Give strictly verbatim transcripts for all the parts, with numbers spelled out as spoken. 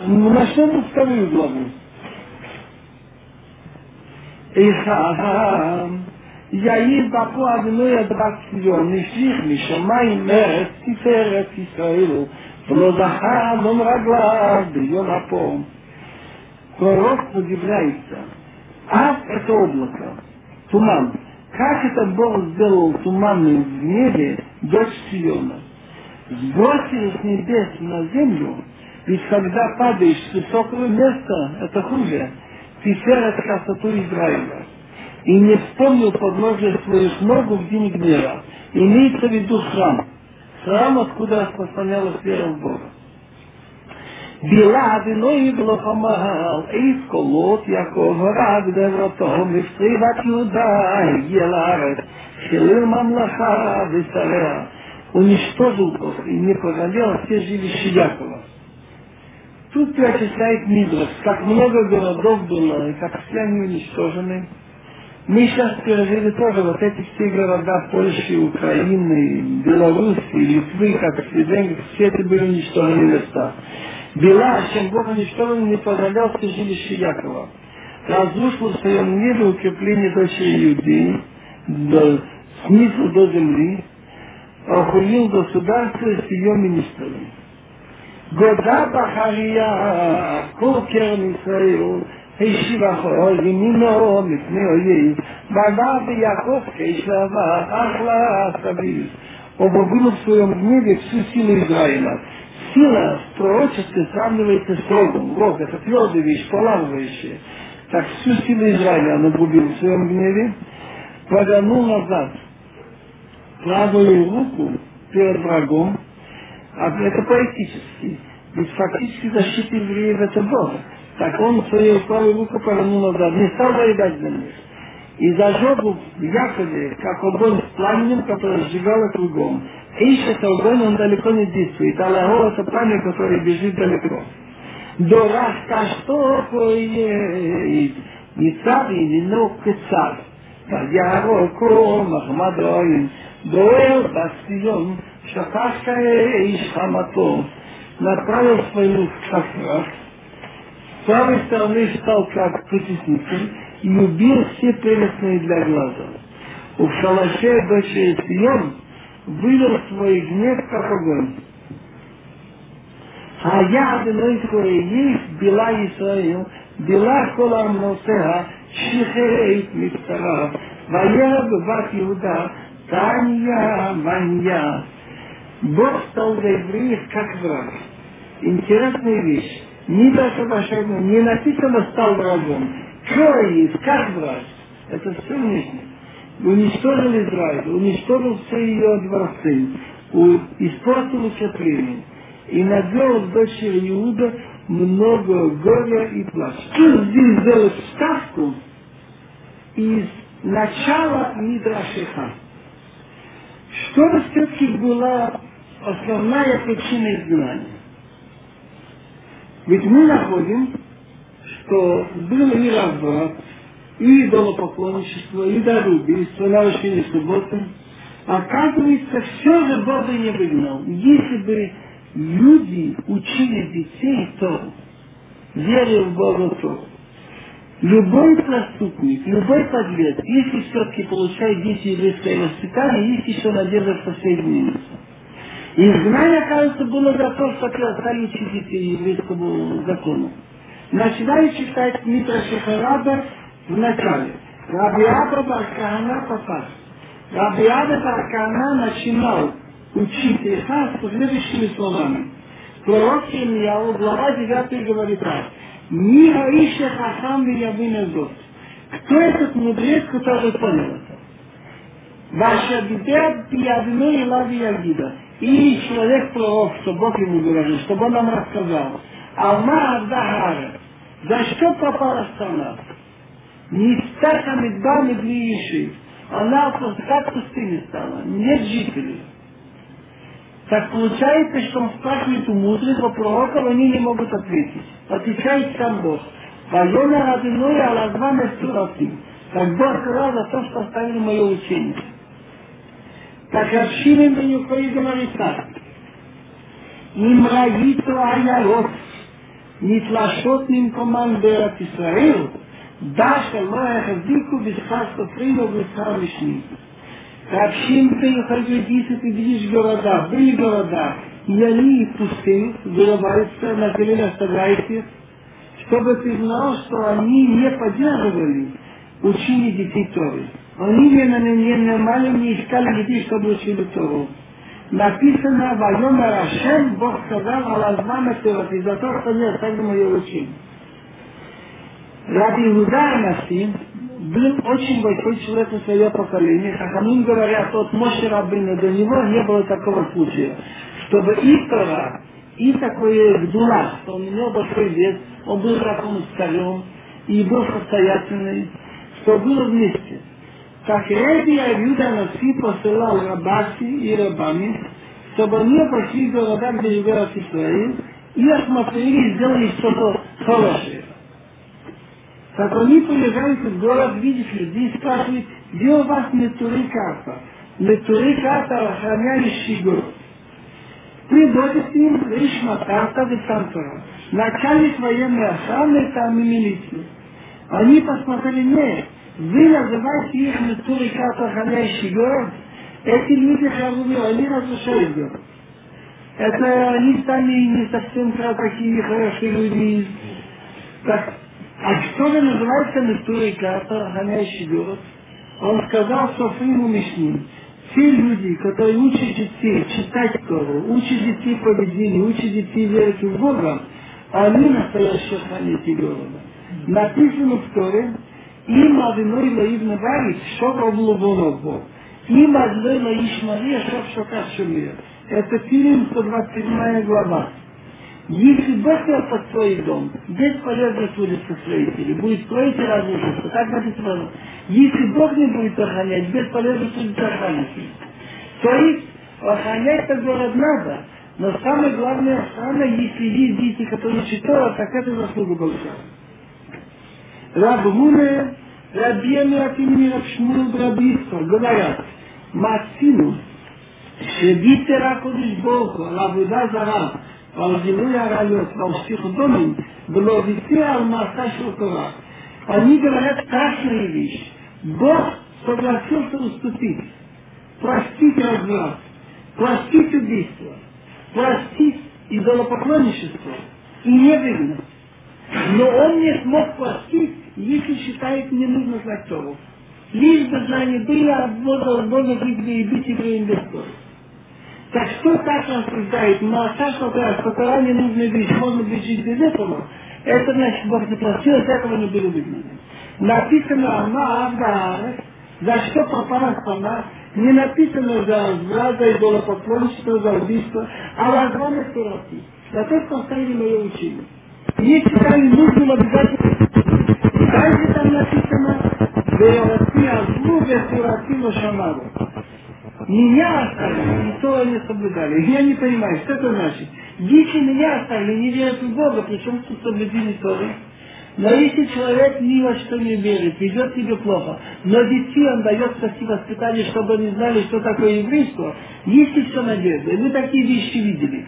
Начнем вторую главу. Иха, יעיד בפה אדינוי אדרת ציון, נשליך משמיים ארץ תפארת ישראל, ולא זכה דום רגליו ביום הפום. Пророк удивляется, ад это облако, туман. Как это Бог сделал туманным в небе дочь Сиона? Сбросили с небес на землю, ведь когда падаешь с высокого места, это хуже. Тиферет красоту Израиля. И не вспомнил подножие своих ног в день гнева. Имеется в виду храм. Храм, откуда распространялась вера в Бога. בילה אדינוי בלוחמיו, עץ קולות יעקב הרג בעברתו, מבצע יהודה הגיע לארץ, חילל ממלכה ושריה, уничтожил их и не пожалел все жилища Якова. Тут перечисляет Мидраш, как много городов было, и как все они уничтожены. Мы сейчас пережили тоже вот эти все города Польши, Украины, Белоруссии, Литвы, как все, все это были уничтожены места. Бела, чем Бог уничтожил, не позволял все жилище Якова. Разрушил в своем небе укрепление дочери Иудеи, до, снизу до земли, охулил государство с ее министрами. Года Бахария, Кокер Мисраил, Ишивахо, Емино, Митмеоей, Бага Яков, Кейшлава, Ахла, Сабис, обрубил в своем гневе всю силу Израиля. Сила в пророчестве сравнивается с рогом. Рог — это твердая вещь, поламывающая. Так всю силу Израиля он обрубил в своем гневе, повернул назад правую руку перед врагом, а это поэтически. Ведь фактически защита евреев — это Бог. Так он свою правую руку повернул назад, не стал воевать за них. И зажег в Якове, как огонь с пламенем, который сжигало кругом. Ищ это огонь, он далеко не действует. Аллахо — это пламя, которое бежит далеко. Дорах кашто поедет, не царь, не ног царь. Яро ко махмадоин, доэл бастион, шахашка иш хамато. Направил свою шафрах. С правой стороны стал как притеснитель и убил все прелестные для глаза. У шалаше дочери Сион вылил свой гнев как огонь. А я одной своей есть бела Исраил, бела колам носеха, шихерейт мифтара, ваера быват Иуда, Танья, Ванья. Бог стал для евреев как враг. Интересная вещь. Не совершенно, не написано стал врагом. Что есть, как враг? Это все внешне. Уничтожил Израиль, уничтожил все ее дворцы, испортил укрепление. И навел в дочери Иуда много горя и плача. Тут здесь сделать вставку из начала Мидрашиха. Что же все-таки была основная причина изгнания? Ведь мы находим, что был и разврат, и идолопоклонничество, и дарубийство, нарушение субботы. Оказывается, все же Бог бы не выгнал. Если бы люди учили детей Тору, верили в Бога Тору, любой проступник, любой подлец, если все-таки получает дети еврейское воспитание, есть еще надежда в последние месяцы. И изгнание, кажется, было за то, что стали учить детей еврейскому закону. Начинаю читать Мидрашиха Раба в начале. Раби Абба бар Кахана папа. Раби Абба бар Кахана начинал учить Иха с следующими словами. Пророк Ирмияу, глава девятая, говорит так. Миха ище хахам виявин эзот. Кто этот мудрец, который понял это? Ваша бедя пиявину и лави ягида. И человек-пророк, что Бог ему говорил, чтобы он нам рассказал. Алма Адахара. За что пропала страна? Не стака медба медли иши. Она просто как пустыня стала. Нет жителей. Так получается, что он спрашивает у мудрых, а пророков они не могут ответить. Отвечает сам Бог. Вайона Адиной Алазва Местуратим. Так Бог сказал за то, что оставили мое учение. Так Рабшимин бен Юхой говорит так. Им раиту аялот. נתלשות ממקומן בארץ ישראל, דש אלוה החזיקו בשכר סופרים ובשכר משנים. Общин-то десять тысяч города, были города, и они пустые, вырываются, на колено оставляйте, чтобы ты знал, что они не поддерживали учили детей Торы. Они не, не, нормально не искали детей, чтобы учили Тору. Написано, «Вайомер Ашем», Бог сказал, «Алазвам это и за то, что не оставили мое учение». Раби Иуда Анасим был очень большой человек на свое поколение. Хахамим говорят, от Моше Рабейну до него не было такого случая, чтобы и Тора, и такое Гдула, что у него большой вес, он был раком царем, и был состоятельный, что было вместе. Как Раби Иуда Анасим посылал рабаси и рабами, чтобы они пошли в города, где живет Израиль, и осмотрели и сделали что-то хорошее. Как они приезжают в город, видят людей, спрашивают, где у вас метуры карта? Метуры карта, охраняющий город. Приводит им Ришматарта де Сантора, начальник военной охраны там и милиции. Они посмотрели, нет, вы называете их метуры карта, охраняющий город, эти люди храбрые, они разрушают город. Это они сами не совсем такие хорошие люди. Так, а что же называется метурой карта, охраняющий город? Он сказал, что своему Мишним, те люди, которые учат детей читать Тору, учат детей поведению, учат детей верить в Бога, они настоящие охранители города. Написано в Торе, им одной лаив наварит, шок облубонов Бог. Им одной лаиш Мария, шок шока шумир. Это Тилим сто двадцать седьмая глава. Если Бог не построит дом, бесполезно будет строители, будет строить и разрушиться. Так написано. Если Бог не будет охранять, бесполезно будет охранять. То есть охранять-то город надо, но самое главное охрана, если есть дети, которые читают, так это заслуга большая. Раб Муне, Рабьями от имени Рабшмур Брабистор говорят, Масину, Шедите Ракудиш Богу, Лавуда Зара, Валдилуй Арайот, Валштих Домин, Бловите Алмаса Шелтора. Они говорят страшную вещь. Бог согласился уступить, простить разврат, простить убийство, простить идолопоклонничество и не выгнать. Но он не смог простить, если считает, не нужно знать Тору. Лишь бы знания были, а можно жить и быть евреем без Торы. Так что так рассуждает, Мааса Шелтора, что Тора не нужно вещь, можно быть жить без этого, это значит, Бог не простил, от этого не было выгнаны. Написано «Ама Авдаарес», за что пропала страна, не написано за разврат, за идолопоклонничество, за убийство, а возможно Торати. За то, что оставили мое учение. Если там нужно обязательно, дальше там написано «Веорати азлу весурати лошамару». Меня оставили, и то они соблюдали. Я не понимаю, что это значит. Если меня оставили, не верят в Бога, причем тут соблюдили Торы. Но если человек ни во что не верит, ведет себя плохо, но детей он дает такие воспитания, чтобы они знали, что такое еврейство, есть еще надежда. И мы такие вещи видели.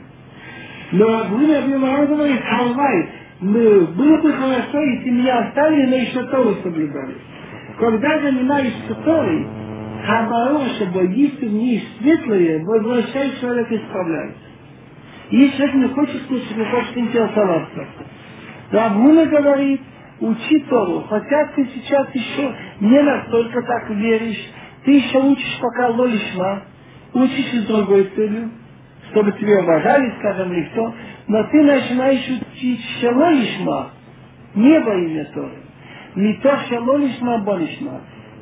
Но Абуна Абимаран говорит, халвай, было бы хорошо, если меня оставили, но еще Тору соблюдали. Когда занимаешься Торой, хорошее, боится в ней светлое, возвращает человек и исправляется. Если человек не хочет слушать, не хочет интересоваться. Равуна говорит, учи Тору, хотя ты сейчас еще не настолько так веришь, ты еще учишь пока лолишма, учишь с другой целью, чтобы тебя уважали, скажем, или что, но ты начинаешь учить шалолишма, не во имя Торы, не то шалолишма, болишма.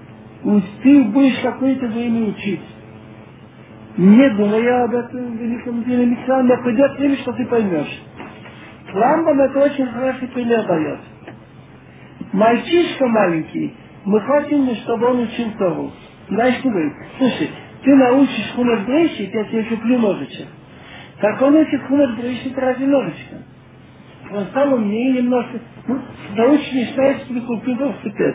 Ты будешь какое-то время учиться. Не думая об этом великом деле Микра, но придет время, что ты поймешь. Рамбам это очень хороший пример дает. Мальчишка маленький, мы хотим, чтобы он учил Тору. Знаешь, что говорит? Слушай, ты научишь хумер брейшит, я тебе куплю ножичек. Так он учит хумер брейшит ради ножичка. Он стал умнее немножко. Ну, научишь не считает, что ты купил велосипед.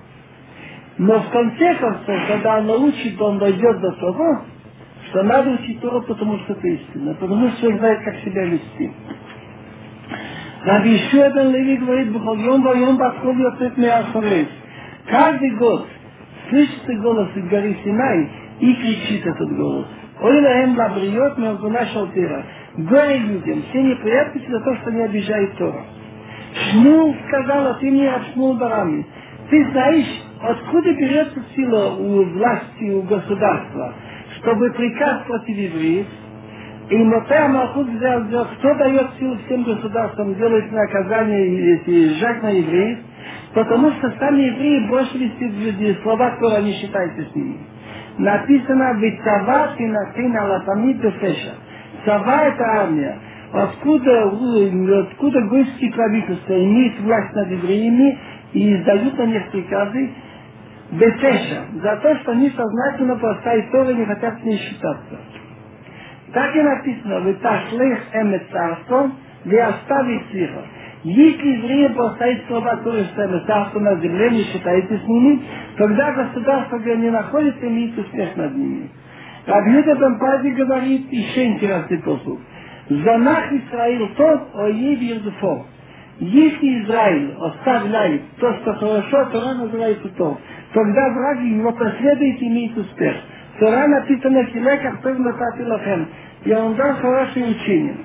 Но в конце концов, когда он научит, он дойдет до того, что надо учить Тору, потому что это истина, потому что он знает, как себя вести. Раби Ишуа бен Леви говорит, «Бухол йом ба йом батхов йоцет меахорес». Каждый год слышится голос из горы Синай и кричит этот голос. «Ой лаэм лабриот меалгуна шалтира». Горе людям, все неприятности за то, что не обижают Тора. Шмул сказал, а ты мне от Шмул Барами. Ты знаешь, откуда берется сила у власти, у государства, чтобы приказ против евреев, и Мотеа Малхут взял, взял, кто дает силу всем государствам делать наказание и сжать на евреев, потому что сами евреи бросились в слова, которые они считаются с ними. Написано «Вицава тинатина латамид бефеша». Цава — это армия. Откуда, откуда гойские правительства имеют власть над евреями и издают на них приказы бефеша, за то, что они сознательно поставят Тору и не хотят с ней считаться. Так и написано, вы ташлех эмет царство, вы оставите слиха. Если евреи поставят слова Торы, что эмет царство на земле, не считаете с ними, тогда государство, где они находятся, имеет успех над ними. Рабби Юда бен Пази говорит еще интересный посыл. Занах Исраил тот, о ей вирдуфо. Если Израиль оставляет то, что хорошо, Тора называется то. Тогда враг его преследует и имеет успех. Тора написано в Хилеках Певнатати Лахем. Я вам дал хорошее учение.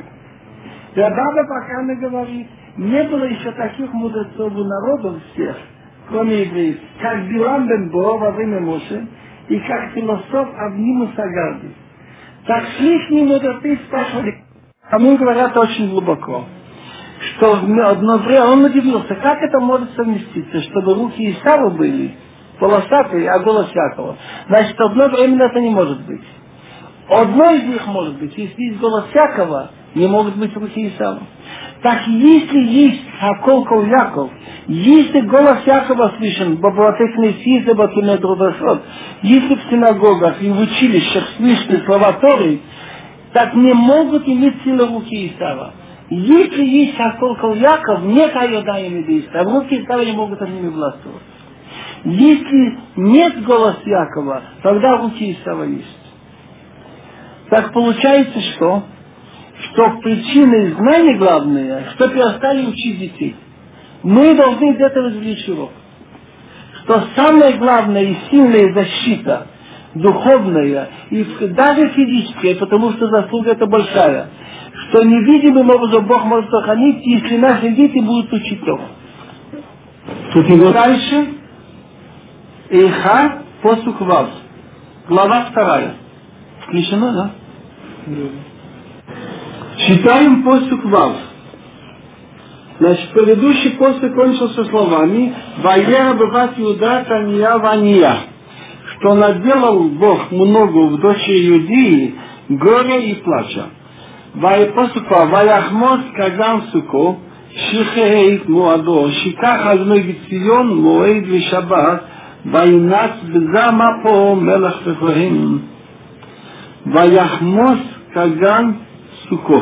Рабаба Бакана говорит, не было еще таких мудрецов у народов всех, кроме евреев, как Билам бен Бо во время Моше, и как философ Авнимус Агарди. Так шли к ним мудрецы спрашивали, а мы говорят очень глубоко, что одно время он удивился, как это может совместиться, чтобы руки Исава были полосатые, а голос Якова. Значит, одно время это не может быть. Одно из них может быть, если есть голос Якова, не могут быть руки Исава. Так если есть Хаколков Яков, если голос Якова слышен, Бабуатефный Физа Бакимедрудашот, если в синагогах и в училищах слышны слова Торы, так не могут иметь силы руки Исава. Если есть Хаколков Яков, нет Айодаем и Исава, руки Исава не могут от ними властвовать. Если нет голоса Якова, тогда руки Исава есть. Так получается, что? Что причины знаний главные, что перестали учить детей. Мы должны из этого извлечь урок. Что самая главная и сильная защита, духовная и даже физическая, потому что заслуга это большая, что невидимым образом Бог может сохранить, если наши дети будут учить Тору. Тут его дальше. Эйха посук вав. Глава вторая. Включено, да? Читаем посук вав. Значит, предыдущий посук кончился словами «Ваера быват Иуда Тания Вания», что наделал Бог много в дочери Иудеи горя и плача. Посук вав. Ваяхмос кагам суко, шихеит муадо, шиках азной гицион, моэд вишабат, וינץ בזמה פה מלך פחורים ויחמוס כגן סוכות.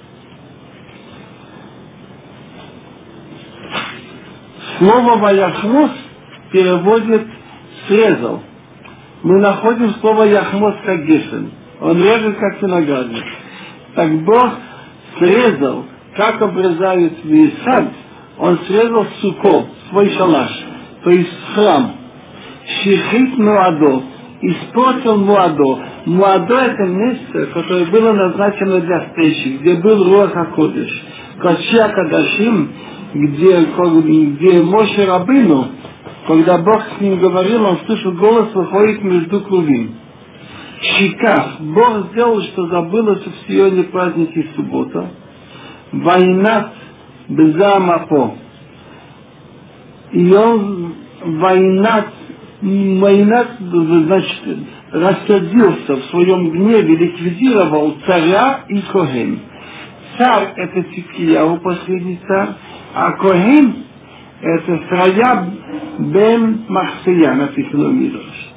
Слово «ваяхмос» переводит «срезал». Мы находим слово «яхмос» как гешен. Он режет как виноградник. Так Бог срезал, как обрезают висад, он срезал суко, свой шалаш, то есть храм. Шихит Муадо, испортил Муадо. Муадо — это место, которое было назначено для встречи, где был Руах ха-Кодеш. Кодши Кадашим, где, где Моше Рабейну, когда Бог с ним говорил, он слышал голос, выходит между крувим. Шиках, Бог сделал, что забылось в Сионе праздники суббота. Вайнат Безамапо. И он Вайнат Майнат, значит, рассердился в своем гневе, ликвидировал царя и Коген. Царь — это Цидкияху, последний царь, а Коген — это Срая бен Махсия, написано в Мидраш.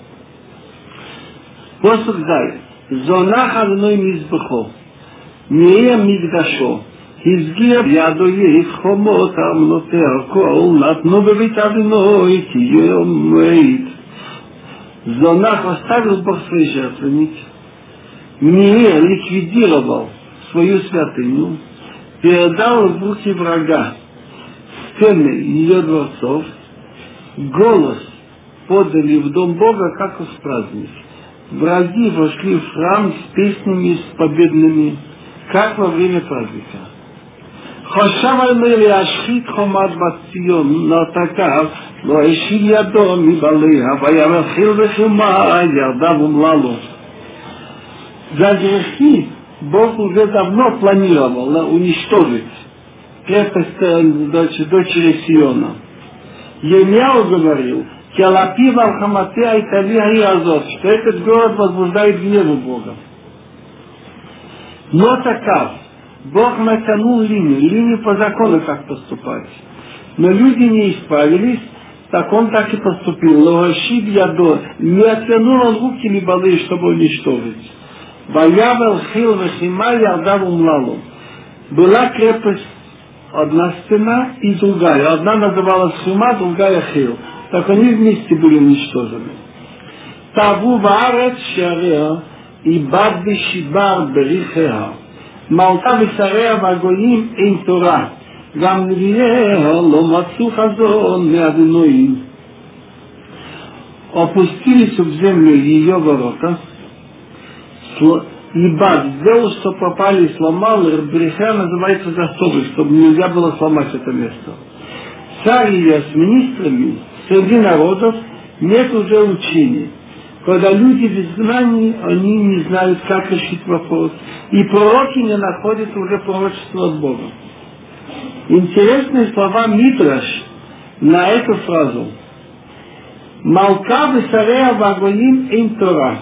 Посук Зай. Зонах Адоной Мизбахо, Нея Мигдашо, Изгия Ядоей Хомот Амлотеа Кол, Натно Бевит Адоной Кием Мейт. Зонах оставил Бог свои жертвенники, не ликвидировал свою святыню, передал в руки врага стены ее дворцов, голос подали в дом Бога, как в праздник. Враги вошли в храм с песнями, с победными, как во время праздника. חשב על מי להשחית חומת בציון, לא תקף, לא השיב ידו מבעליה, וימחיל וחומה ירדה ומללו. За грехи Бог уже давно планировал уничтожить крепость дочери, дочери Сиона. Ермияу говорил, «Келапи валхамате айтави аиазот», что этот город возбуждает гнев Бога. Но такав, Бог натянул линию, линию по закону, как поступать. Но люди не исправились, так он так и поступил. Логашиб ядо, не оттянул он руки либалы, чтобы уничтожить. Ваявел хил вахима ярдав умлалу. Была крепость, одна стена и другая. Одна называлась Хума, другая хил. Так они вместе были уничтожены. Таву ваарет шареа и бад бешибар берихеа. מלכה ושריה והגויים אין תורה, גם נביאיה לא מצאו חזון מאדינויים. Опустились в землю ее ворота, и бад сделал, что попали и сломал, и Бреха называется засовы, чтобы нельзя было сломать это место. Царь ее с министрами среди народов нет уже учений. Когда люди без знаний, они не знают, как решить вопрос. И пророки не находят уже пророчество от Бога. Интересные слова Мидраш на эту фразу. Малка весарея вагоим ин Тора.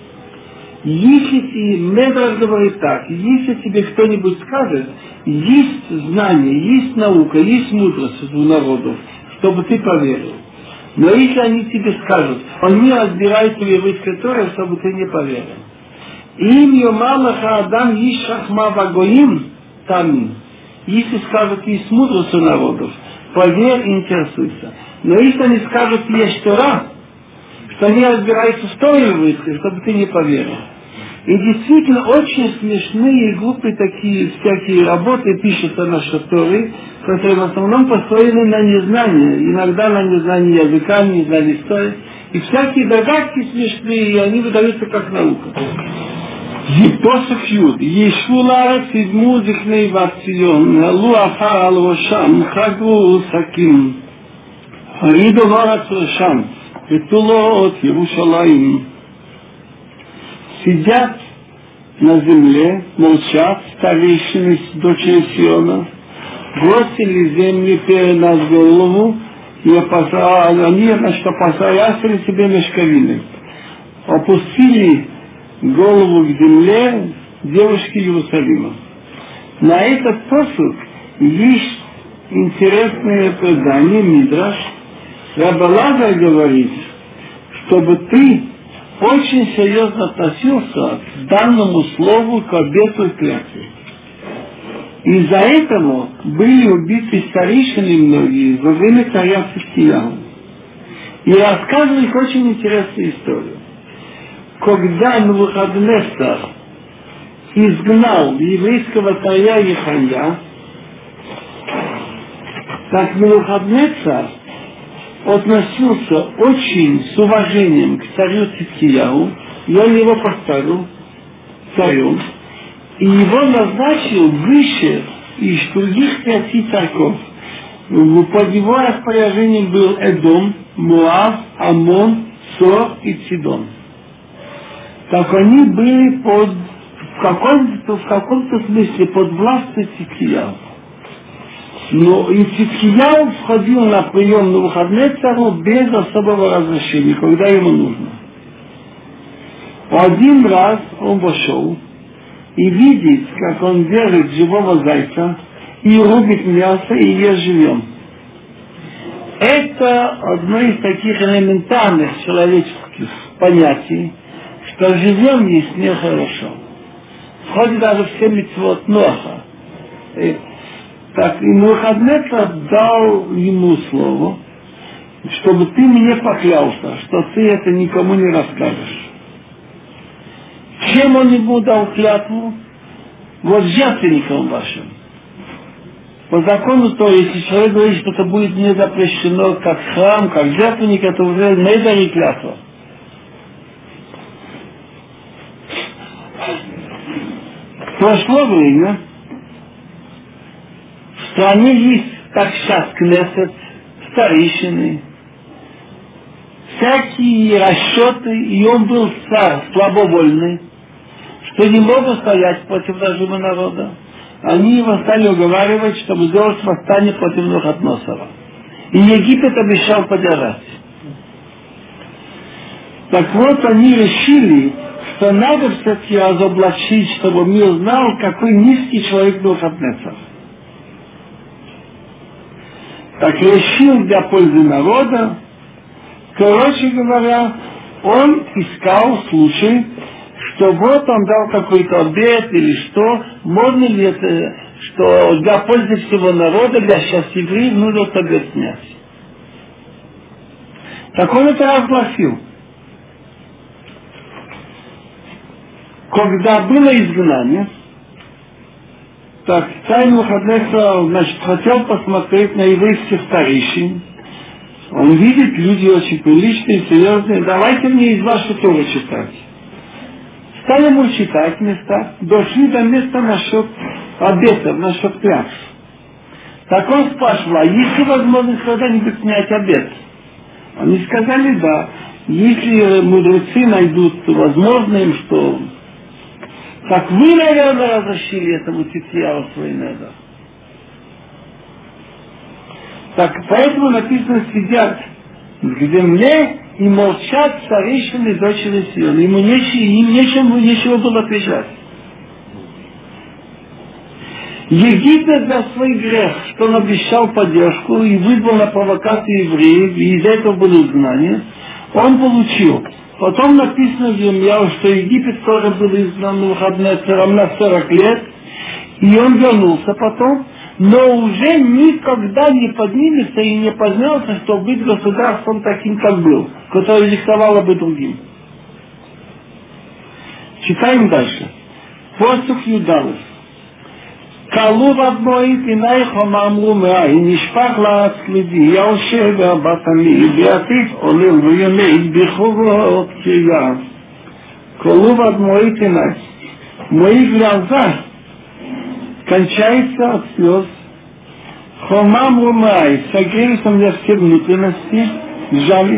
Если Мидраш говорит так, если тебе кто-нибудь скажет, есть знание, есть наука, есть мудрость у народов, чтобы ты поверил. Но если они тебе скажут, он не разбирается в еврейской Торе, чтобы ты не поверил. Им йомалаха адам есть шахма вагоим тамин. Если скажут, есть мудрость у народов, поверь и интересуйся. Но если они скажут, есть Тора, что они разбираются в Торе еврейской, чтобы ты не поверил. И действительно очень смешные и глупые такие всякие работы пишутся наши Торы, которые в основном построены на незнании, иногда на незнании языка, незнании истории. И всякие догадки смешные, и они выдаются как наука. Посох Юд. Ешу ларец идму зихней вацион, алу афар ал рошам, хагу саким. Хариду ларец рошам, ветулот Иерушалаим. Сидят на земле, молчат, старейшины дочери Сиона, бросили земли перед нас голову, и они, значит, опоясали себе мешковины. Опустили голову к земле девушки Иерусалима. На этот посуд есть интересное предание, Мидраш. Рабби Лазар говорит, чтобы ты очень серьезно относился к данному слову, к обету и клятве. Из-за этого были убиты старейшины многие во время царя Цидкияу. И рассказываю их очень интересную историю. Когда Навуходоносор изгнал еврейского царя Еханья, так Навуходоносор относился очень с уважением к царю Цидкияу, и он его поставил царем, и его назначил выше из других пяти царьков. Под его распоряжением был Эдом, Моав, Амон, Сор и Цидон. Так они были под, в каком-то, в каком-то смысле под властью Цидкияу. Но и Цидкияу входил на прием Навуходоносору без особого разрешения, когда ему нужно. Один раз он вошел и видит, как он держит живого зайца и рубит мясо и ест живьем. Это одно из таких элементарных человеческих понятий, что живьем есть нехорошо. Входит даже все мицвот Ноха. Так, и Навуходоносор дал ему слово, чтобы ты мне поклялся, что ты это никому не расскажешь. Чем он ему дал клятву? Вот жертвенником вашим. По закону, то, если человек говорит, что это будет не запрещено, как храм, как жертвенник, это уже недали клятва. Прошло время, в стране есть, как сейчас, Кнессет, старейшины, всякие расчеты, и он был царь слабовольный, что не мог стоять против нажима народа. Они его стали уговаривать, чтобы сделать восстание против Навуходоносора. И Египет обещал поддержать. Так вот, они решили, что надо все-таки разоблачить, чтобы мир знал, какой низкий человек Навуходоносор. Так решил для пользы народа. Короче говоря, он искал случай, что вот он дал какой-то обет или что, можно ли это, что для пользы всего народа, для счастья евреев, нужно этот обет снять. Так он это разгласил. Когда было изгнание, так царь Навуходоносор, значит, хотел посмотреть на еврейских старейшин. Он видит, люди очень приличные, серьезные, давайте мне из вашей Торы читать. Стали ему читать места, дошли до места насчет обетов, насчет клятв. Так он спрашивал, а есть ли возможность когда-нибудь снять обет? Они сказали, да. Если мудрецы найдут возможным, что... Так вы, наверное, разрешили этому Цидкияву свой недр. Так поэтому написано, сидят к земле и молчат старейшины дочери Сиона. Ему нечего, им нечему, нечего было отвечать. Египет за свой грех, что он обещал поддержку и вызвал на провокацию евреев, и из-за этого было изгнание, он получил. Потом написано в Ермияу, что Египет тоже был изгнан Навуходоносором на сорок лет, и он вернулся потом, но уже никогда не поднимется и не поднялся, чтобы быть государством таким, как был, которое диктовало бы другим. Читаем дальше. Посух Юдалев. Калу одной пинай хомамру май, нишпах лац лиди, яуше вабатами, биатиф олил вюней, бихуво кия. Калу одной пинай. Мои глаза кончаются от слез. Хомамру май, согреются у меня все внутренности, сжались.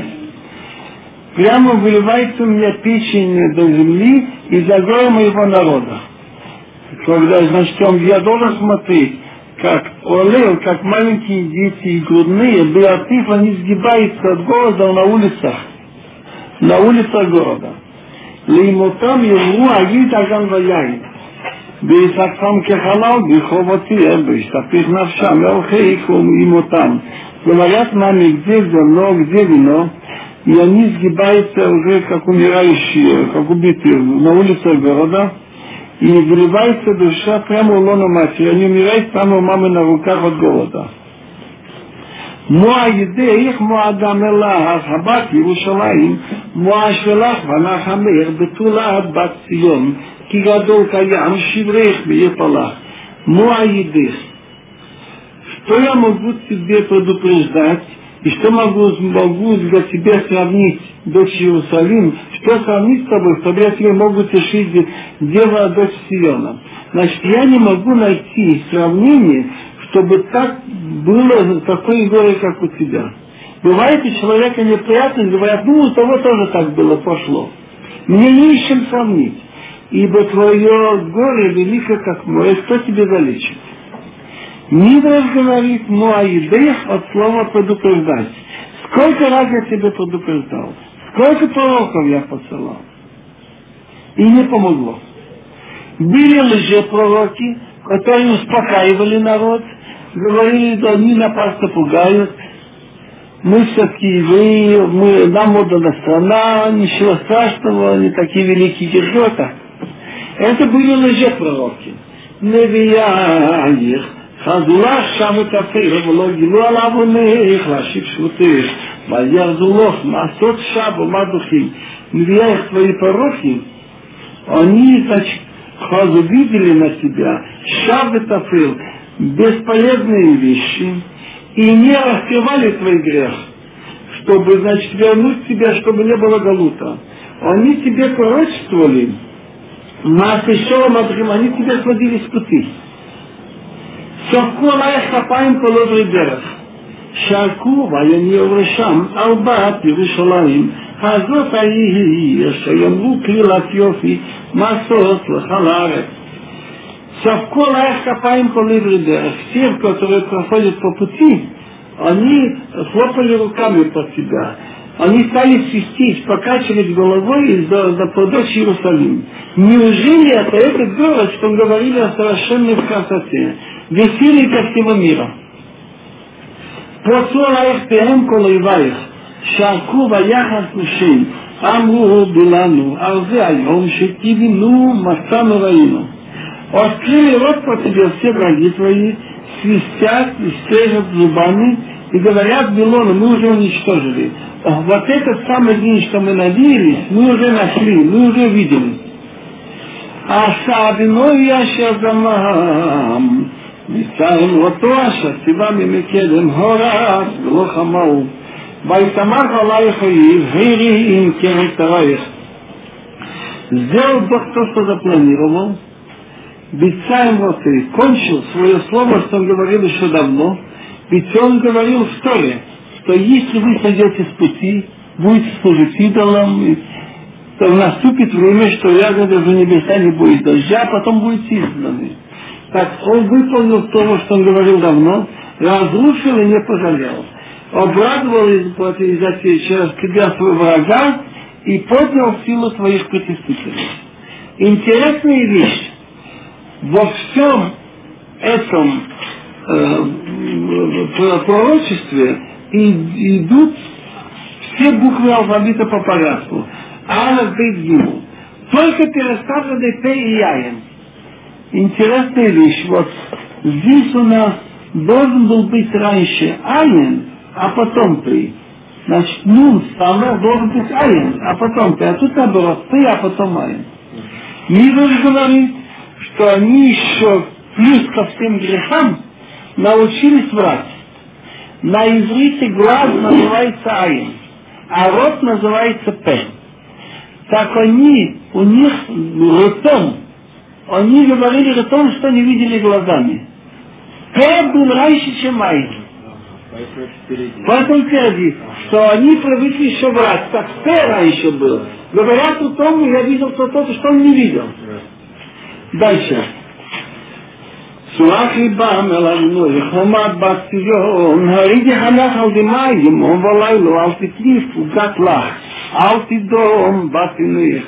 Прямо выливается у меня печень до земли из-за горя моего народа. Когда, значит, он, я должен смотреть, как олел, как маленькие дети и грудные, биатиф, они сгибаются от голода на улицах, на улицах города. Леймотам его агит аган ваяин. Бейсаксам кехалал, биховати эбы, штапих навшам, элхейхум имотам. Говорят маме, где зерно, где вино, и они сгибаются уже как умирающие, как убитые на улицах города, и выливается душа прямо у лона матери, они умирают прямо у мамы на руках от голода. Моа еде их моа дамела, хабат Иерушалаим, моа шелах ванахамер, бетула бат Цион, ки гадол каям, шиврех беепалах. Моа еде. Что я могу тебе предупреждать, и что могу, могу для тебя сравнить, дочь Иерусалим, что сравнить с тобой, чтобы я тебе могу тешить дева, дочь Сиона. Значит, я не могу найти сравнение, чтобы так было такой горе, как у тебя. Бывает у человека неприятность, говорят, ну, у того тоже так было, пошло. Мне не с чем сравнить, ибо твое горе велико, как мое, кто тебе залечит? Мидраш говорит, муаидех от слова предупреждать. Сколько раз я тебе предупреждал? Сколько пророков я посылал? И не помогло. Были лжепророки, которые успокаивали народ, говорили, что они напрасно пугают. Мы все-таки евреи, мы, нам отдана страна, ничего страшного, не такие великие держоты. Это были лжепророки. Невия их. חזולה שם את הפיר ולא גילו עליו הולך להשיב שבותך וירזו לך מעשות שב ומדוכים נביאה их твои пророки они, значит, хазу видели на тебя шав и тафил бесполезные вещи и не раскрывали твой грех, чтобы, значит, вернуть тебя, чтобы не было галута. Они тебе пророчествовали, нас еще Мадрим, они тебя сводили с пути. Совку лаях капаем полодрый берег. Шарку военьев решам, албат Иерушалаим, הזאת ההיא, שיאמרו כלילת יופי, מסות לחלארץ. Совку лаях капаем полодрый берег. Все, которые проходят по пути, они хлопали руками под себя. Они стали свистеть, покачивать головой до, до подачи Иерусалим. Неужели это этот город, что говорили о совершенной красоте, веселье ко всего мира? פרצו עלייך תהם כל אויבייך, שרקו ביחד נושים, אמרו בלנו, על זה היום שקיווינו מצאנו ראינו. Открыли рот по тебе все враги твои, свистят и скрежет зубами, и говорят Белону, мы уже уничтожили. Вот этот самый день, что мы надеялись, мы уже нашли, мы уже видели. А сабиной ящер замам, מצרים אותו שציווה ממקדם הורס ולא חמאו ויתמר עלייך אויב הירי אם כן יתרייך. Сделал Бог то, что запланировал. Бицаем вот и кончил свое слово, что он говорил еще давно. Ведь он говорил в Торе, что если вы сойдете с пути, будете служить идолам, то наступит время, что ягоды в небеса не будет дождя, а потом будете изгнаны. Так он выполнил то, что он говорил давно, разрушил и не пожалел. Обрадовал из-за через тебя своего врага и поднял силу своих протестителей. Интересная вещь. Во всем этом э, пророчестве и, идут все буквы алфавита по порядку. Алеф, бейт, гимел. Только переставлены П и Яин. Интересная вещь. Вот здесь у нас должен был быть раньше Айн, а потом П. Значит, Нун стало должен быть Айн, а потом П. А тут наоборот П, а потом Айн. Мидраш говорит, что они еще плюс ко всем грехам научились врать. На иврите глаз называется Айн, а рот называется П. Так они, у них ртом, они говорили о том, что не видели глазами. П был раньше, чем Айн. Поэтому впереди, что они привыкли еще врать, так П раньше был. Говорят о том, я видел то-то, что он не видел. Дальше. צורך ליבם אל אדוני, חומת בת ציון, הרידי חנך על דמי, ימום ולילה, אל תתליף וגת לך, אל תדום בת עינך.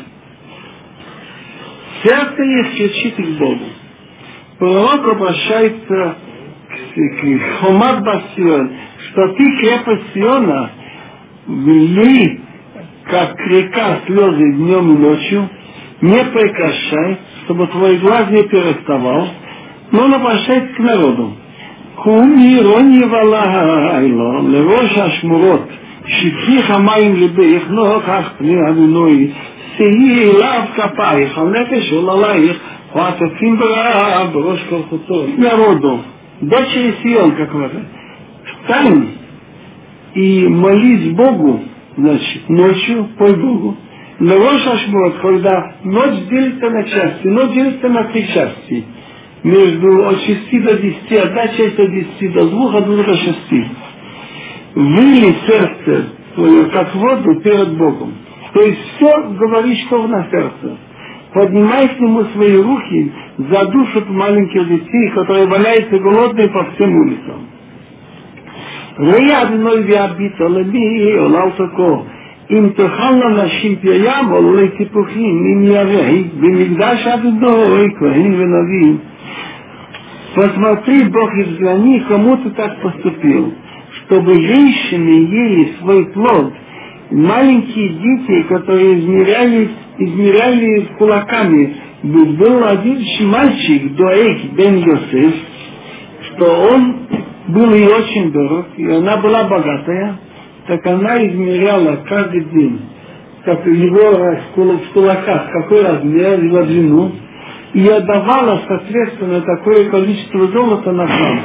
Сердце их кричит к Богу. Пророк обращается к Хомат Басион, что ты, крепость Сиона, вели, как река, слезы днем и ночью, не прекращай, чтобы твой глаз не переставал, но он обращается к народу. Куми рони валайло, лероша шмурот, шипхи хамаим либеих, но как пни адуной, сеи лав капаих, а нефеш улалаих, хватаким бра, брош колхуто. Народу, дочери Сион, как в это, встань и молись Богу, значит, ночью, пой Богу. Лероша шмурот, когда ночь делится на части, ночь делится на три части. Между от шести до десяти, одна часть от десяти до двух, а двух до шести. Выли сердце свое, как воду, перед Богом. То есть все говори, что на сердце. Поднимай к нему свои руки, задушат маленьких детей, которые валяются голодные по всем улицам. Рейадной виабита леби олалтако. Им тохална нашим пьям, олулей типухим, им явей, бимигдаш адудой, квахин венавим. Посмотри, Бог, и взгляни, кому ты так поступил, чтобы женщины ели свой плод, маленькие дети, которые измеряли, измеряли кулаками. Был один мальчик, Доэк бен Йосеф, что он был ей очень дорог, и она была богатая, так она измеряла каждый день, как его в кулаках, какой размер, его длину, и отдавала, соответственно, такое количество золота на храм.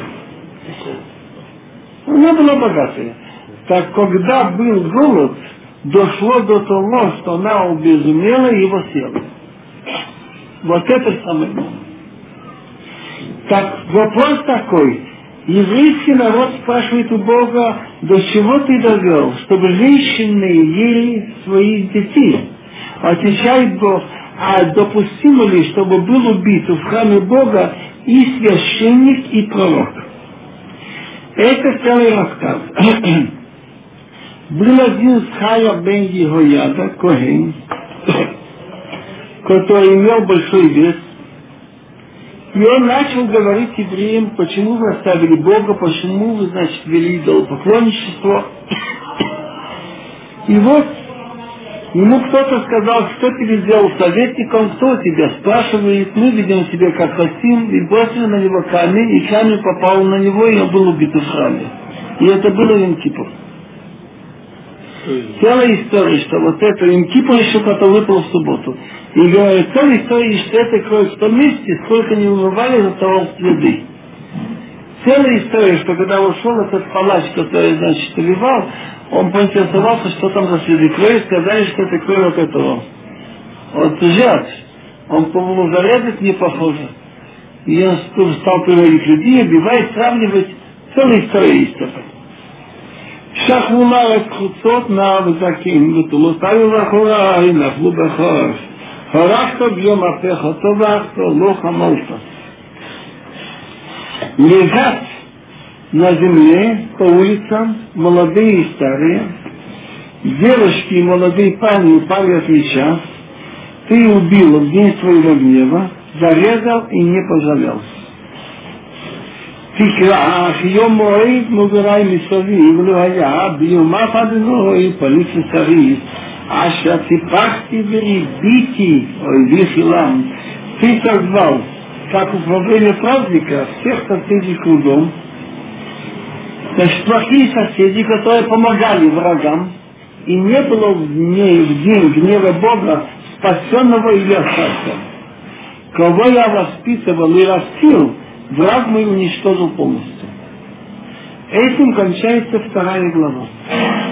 Она была богатая. Так когда был голод, дошло до того, что она обезумела и его съела. Вот это самое главное. Так вопрос такой. Еврейский народ спрашивает у Бога, до чего ты довел, чтобы женщины ели своих детей? Отвечает Бог, а допустимо ли, чтобы был убит в храме Бога и священник, и пророк? Это целый рассказ. Был один Схая бен Егояда, Коэн, который имел большой вес. И он начал говорить евреям, почему вы оставили Бога, почему вы, значит, вели идолопоклонничество. И вот ему кто-то сказал, что ты сделал советником, кто тебя спрашивает, мы ведем себя как хотим, и бросили на него камень, и камень попал на него, и он был убит в храме. И это было Йом-Кипур. Целая история, что вот это Йом-Кипур еще потом выпал в субботу. И говорит, целая история, что это кровь в том месте, сколько не умывали, заставал следы. Целая история, что когда ушел этот палач, который, значит, убивал, он поинтересовался, что там за следы крови, сказали, что это кровь от этого. Вот жертв. Он по-моему зарезать не похоже. И он стал приводить людей, убивать, сравнивать. Целая история есть такая. שחולה את חוצות מהבזקים ותולותיו ואחוריי נפלו בחורף. הורכת ביום הפך טובחת לא חמלת. Лежат на земле по улицам молодые и старые, девушки и молодые парни упали от меча, ты убил в день своего гнева, зарезал и не пожалел. תקרח יום מועד מוגרי מסביב לא היה ביום אף אדנוי פליט מסביב אשר טיפחתי וריביתי אויבי חילם ты созвал, как во время праздника, всех соседей кругом, значит, плохие соседи, которые помогали врагам, и не было в день, в день гнева Бога спасенного или остатка. Кого я воспитывал и растил, враг мой уничтожил полностью. Этим кончается вторая глава.